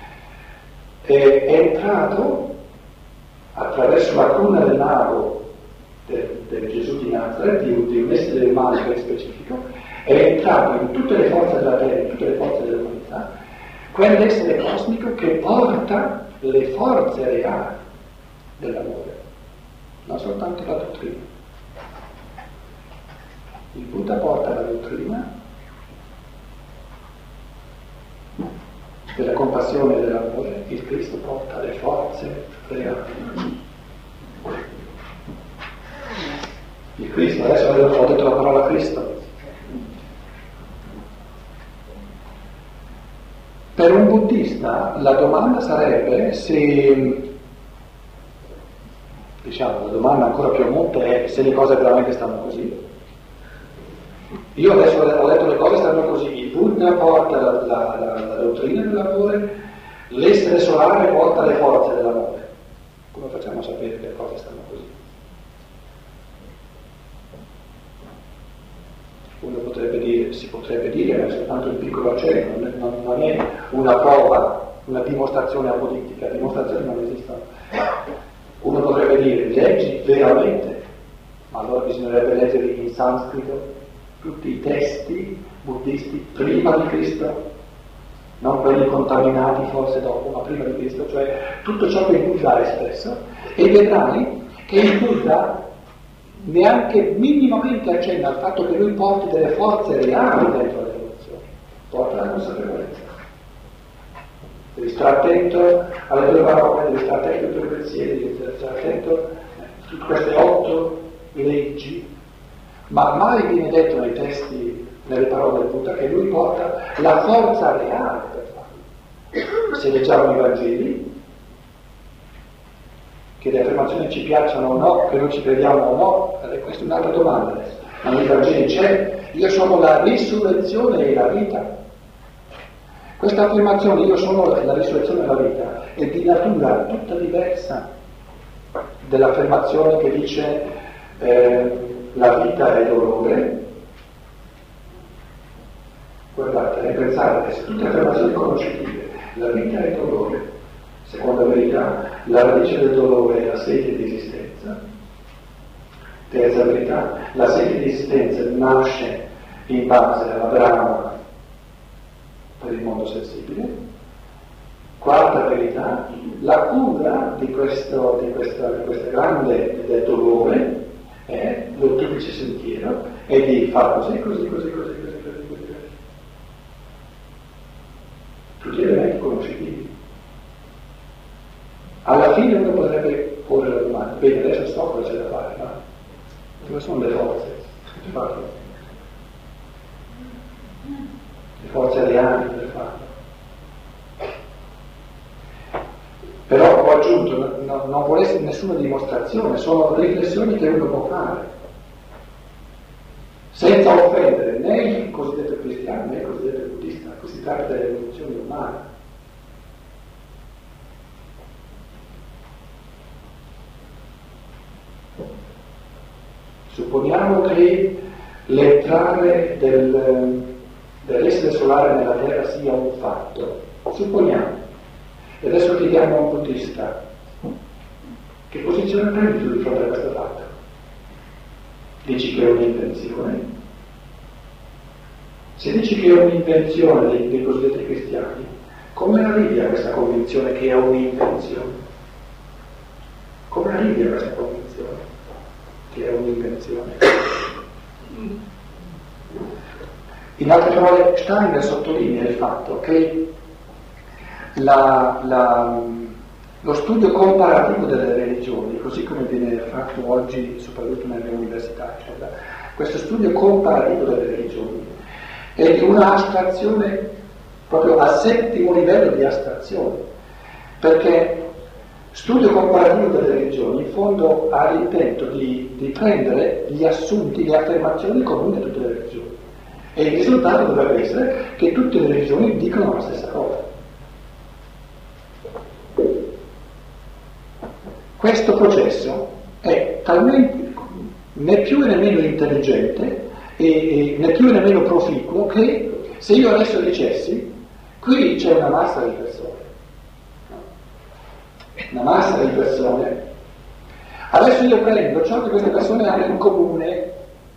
È entrato attraverso la cuna del mago del, del Gesù di Nazareth, di un, di un essere umano ben specifico, è entrato in tutte le forze della terra, in tutte le forze dell'umanità, quell'essere cosmico che porta le forze reali dell'amore, non soltanto la dottrina. Il Buddha porta la dottrina della compassione e dell'amore, il Cristo porta le forze reali. Il Cristo, adesso ho detto la parola Cristo. Per un buddista la domanda sarebbe se, diciamo, la domanda ancora più a monte è se le cose veramente stanno così. Io adesso ho detto le cose stanno così, il Buddha porta la, la, la, la dottrina dell'amore, l'essere solare porta le forze dell'amore. Come facciamo a sapere che le cose stanno così? Uno potrebbe dire, si potrebbe dire, ma è soltanto un piccolo accenno, non, non è una prova, una dimostrazione apodittica, dimostrazioni non esistono. Uno potrebbe dire, leggi veramente, ma allora bisognerebbe leggere in sanscrito tutti i testi buddisti prima di Cristo, non quelli contaminati forse dopo, ma prima di Cristo, cioè tutto ciò che il Buddha ha espresso, e vedrai che il Buddha neanche minimamente accenna al fatto che lui porti delle forze reali dentro l'evoluzione, porta la consapevolezza. Devi stare attento alle tue parole, devi stare attento ai tuoi pensieri, devi stare attento a tutte queste otto leggi, ma mai viene detto nei testi, nelle parole del Buddha, che lui porta la forza reale per farlo. Se leggiamo i Vangeli, che le affermazioni ci piacciono o no, che noi ci crediamo o no, questa è un'altra domanda adesso. Ma nei Vangeli c'è, io sono la risurrezione e la vita. Questa affermazione, io sono la risurrezione e la vita, è di natura tutta diversa dell'affermazione che dice eh, la vita è dolore. Guardate, pensate che se tutte affermazioni conoscitive, la vita è dolore, Seconda verità, la radice del dolore è la sete di esistenza. Terza verità, la sete di esistenza nasce in base alla brama per il mondo sensibile. Quarta verità, la cura di, questo, di, questa, di questa grande del dolore è lo duplice sentiero e di fare così, così, così, così, così, così, così. Tutti gli elementi conoscitivi. Alla fine uno potrebbe porre la domanda, bene, adesso so cosa c'è da fare, ma dove sono le forze per farlo? Le forze reali per farlo. Però ho aggiunto, no, no, non vuole essere nessuna dimostrazione, sono riflessioni che uno può fare, senza offendere né il cosiddetto cristiano né il cosiddetto buddista, qui si tratta delle evoluzioni umane. Supponiamo che l'entrare del, dell'essere solare nella Terra sia un fatto, supponiamo. E adesso chiediamo a un buddista, che posizione prendi tu di fronte a questo fatto? Dici che è un'invenzione? Se dici che è un'invenzione dei, dei cosiddetti cristiani, come arrivi a questa convinzione che è un'invenzione? Come arrivi a questa convinzione che è un'invenzione? In altre parole, Steiner sottolinea il fatto che La, la, lo studio comparativo delle religioni, così come viene fatto oggi soprattutto nelle università, eccetera, questo studio comparativo delle religioni è di una astrazione proprio a settimo livello di astrazione, perché studio comparativo delle religioni in fondo ha l'intento di, di prendere gli assunti, le affermazioni comuni a tutte le religioni, e il risultato dovrebbe essere che tutte le religioni dicono la stessa cosa. Questo processo è talmente né più né meno intelligente e, e né più né meno proficuo che se io adesso dicessi qui c'è una massa di persone, una massa di persone, adesso io prendo ciò che queste persone hanno in comune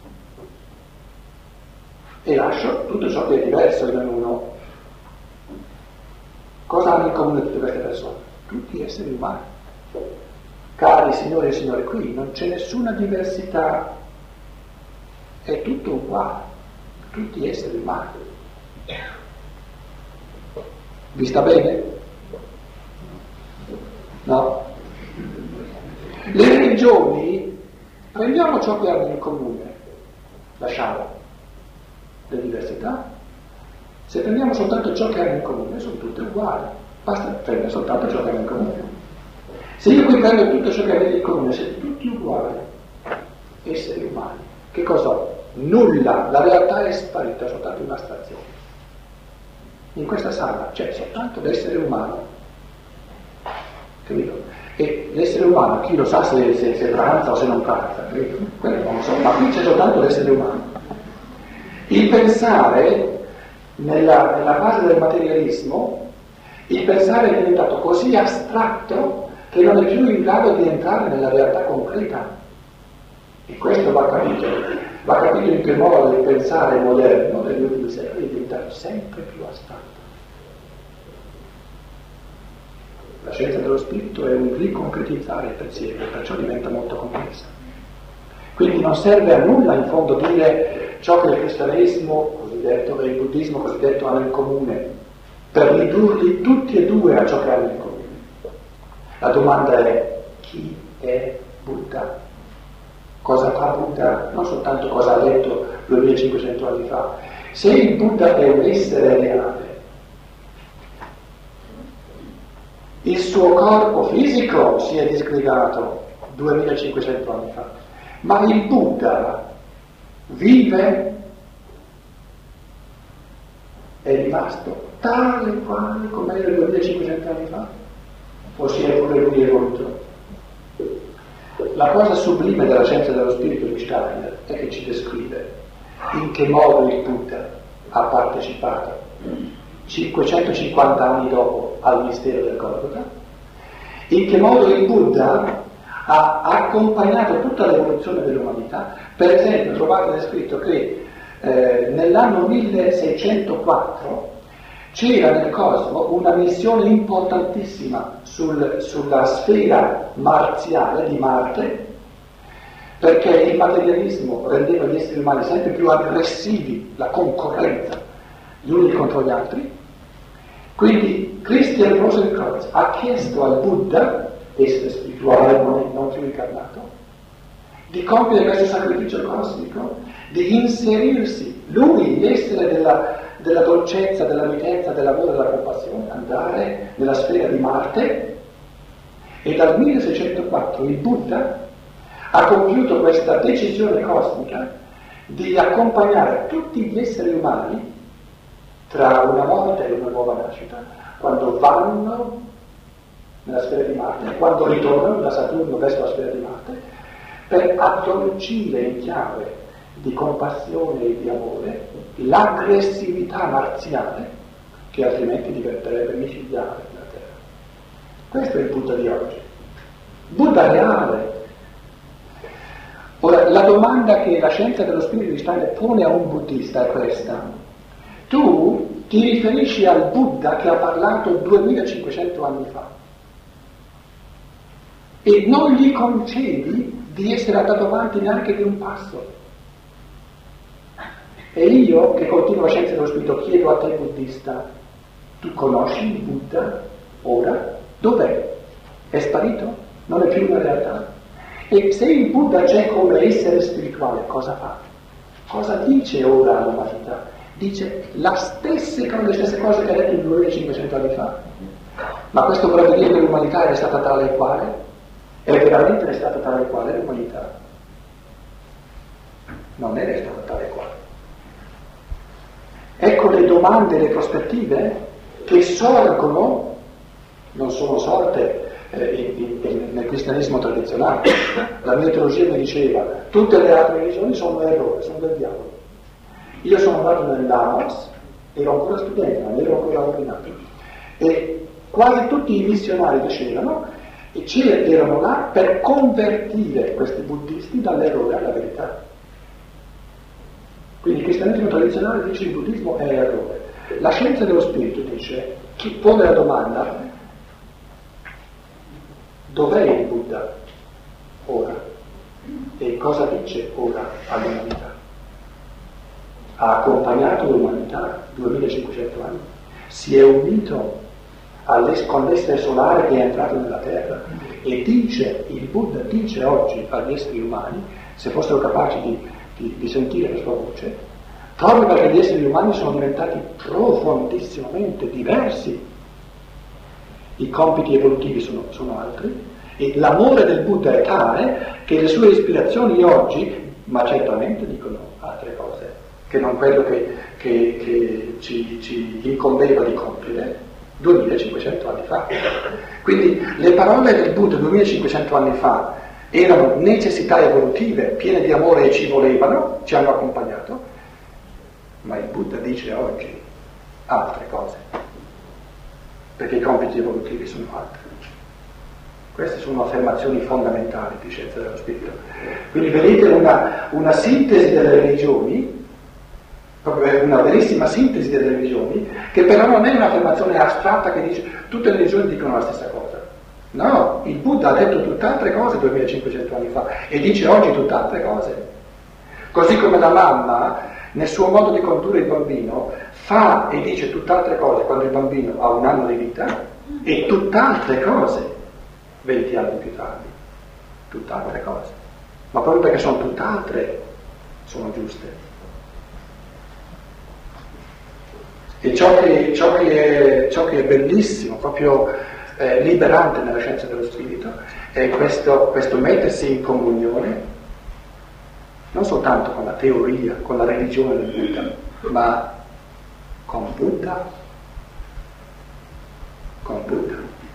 e lascio tutto ciò che è diverso in ognuno. Cosa hanno in comune tutte queste persone? Tutti esseri umani. Cari signori e signori, qui non c'è nessuna diversità, è tutto uguale, tutti esseri umani. Vi sta bene? No? Le religioni, prendiamo ciò che hanno in comune, lasciamo le diversità. Se prendiamo soltanto ciò che hanno in comune, sono tutte uguali, basta prendere soltanto ciò che hanno in comune. Se io qui prendo tutto ciò che avete in comune, siete tutti uguali, esseri umani. Che cosa ho? Nulla, la realtà è sparita, è soltanto un'astrazione. In questa sala c'è soltanto l'essere umano, capito? E l'essere umano, chi lo sa se, se, se pranza o se non pranza, capito? Quello non lo so, ma qui c'è soltanto l'essere umano. Il pensare, nella, nella fase del materialismo, il pensare è diventato così astratto che non è più in grado di entrare nella realtà concreta. E questo va capito. Va capito in che modo il pensare moderno degli ultimi secoli è diventato sempre più astratto. La scienza dello spirito è un riconcretizzare il pensiero, perciò diventa molto complessa. Quindi non serve a nulla in fondo dire ciò che il cristianesimo cosiddetto e il buddismo cosiddetto hanno in comune, per ridurli tutti e due a ciò che hanno in comune. La domanda è: chi è Buddha? Cosa fa Buddha? Non soltanto cosa ha detto duemilacinquecento anni fa. Se il Buddha è un essere reale, il suo corpo fisico si è disgregato duemilacinquecento anni fa, ma il Buddha vive, è rimasto tale quale come era duemilacinquecento anni fa, o si è pure lui evoluto? La cosa sublime della scienza dello spirito di Steiner è che ci descrive in che modo il Buddha ha partecipato cinquecentocinquanta anni dopo al mistero del Golgota in che modo il Buddha ha accompagnato tutta l'evoluzione dell'umanità. Per esempio trovate scritto che eh, nell'anno milleseicentoquattro c'era nel cosmo una missione importantissima sul, sulla sfera marziale di Marte, perché il materialismo rendeva gli esseri umani sempre più aggressivi, la concorrenza gli uni contro gli altri. Quindi Christian Rosenkreuz ha chiesto al Buddha, essere spirituale, non più incarnato, di compiere questo sacrificio cosmico, di inserirsi, lui, l'essere della, della dolcezza, della mitezza, dell'amore, della compassione, andare nella sfera di Marte. E dal milleseicentoquattro il Buddha ha compiuto questa decisione cosmica di accompagnare tutti gli esseri umani tra una morte e una nuova nascita, quando vanno nella sfera di Marte, quando ritornano da Saturno verso la sfera di Marte, per addolcire in chiave di compassione e di amore l'aggressività marziale che altrimenti diventerebbe micidiale nella Terra. Questo è il Buddha di oggi. Buddha reale. Ora, la domanda che la scienza dello spirito di Steiner pone a un buddista è questa: tu ti riferisci al Buddha che ha parlato duemilacinquecento anni fa e non gli concedi di essere andato avanti neanche di un passo. E io, che continuo la scienza dello spirito, chiedo a te buddista: tu conosci il Buddha ora? Dov'è? È sparito? Non è più una realtà? E se il Buddha c'è come essere spirituale, cosa fa? Cosa dice ora all'umanità? Dice la stesse, le stesse cose che ha detto duemilacinquecento anni fa. Ma questo vorrebbe dire che l'umanità è stata tale e quale? È veramente stata tale e quale l'umanità? Non è stata tale e quale. Ecco le domande, le prospettive che sorgono, non sono sorte eh, in, in, nel cristianesimo tradizionale. La mia teologia mi diceva tutte le altre religioni sono un errore, sono del diavolo. Io sono andato nel Laos, ero ancora studente, non ero ancora ordinato, e quasi tutti i missionari che c'erano e erano là per convertire questi buddisti dall'errore alla verità. Quindi il cristianesimo tradizionale dice che il buddismo è errore. La scienza dello spirito dice, chi pone la domanda: dov'è il Buddha ora? E cosa dice ora all'umanità? Ha accompagnato l'umanità duemilacinquecento anni, si è unito con l'essere solare che è entrato nella Terra e dice, il Buddha dice oggi agli esseri umani, se fossero capaci di, di, di sentire la sua voce, proprio perché gli esseri umani sono diventati profondissimamente diversi, i compiti evolutivi sono, sono altri, e l'amore del Buddha è tale che le sue ispirazioni oggi, ma certamente dicono altre cose, che non quello che, che, che ci, ci incombeva di compiere duemilacinquecento anni fa. Quindi le parole del Buddha duemilacinquecento anni fa erano necessità evolutive, piene di amore e ci volevano, ci hanno accompagnato, ma il Buddha dice oggi altre cose, perché i compiti evolutivi sono altri. Queste sono affermazioni fondamentali di scienza dello spirito. Quindi vedete una, una sintesi delle religioni, proprio una verissima sintesi delle religioni, che però non è un'affermazione astratta che dice tutte le religioni dicono la stessa cosa. No, il Buddha ha detto tutt'altre cose duemilacinquecento anni fa e dice oggi tutt'altre cose. Così come la mamma, nel suo modo di condurre il bambino, fa e dice tutt'altre cose quando il bambino ha un anno di vita e tutt'altre cose venti anni più tardi. Tutt'altre cose. Ma proprio perché sono tutt'altre, sono giuste. E ciò che, ciò che, è, ciò che è bellissimo, proprio eh, liberante nella scienza dello spirito, è questo, questo mettersi in comunione, non soltanto con la teoria, con la religione del Buddha, ma con Buddha, con Buddha.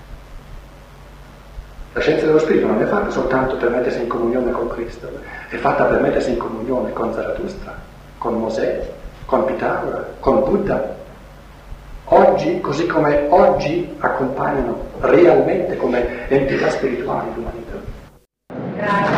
La scienza dello spirito non è fatta soltanto per mettersi in comunione con Cristo, è fatta per mettersi in comunione con Zarathustra, con Mosè, con Pitagora, con Buddha. oggi, così come oggi accompagnano realmente come entità spirituali l'umanità. Grazie.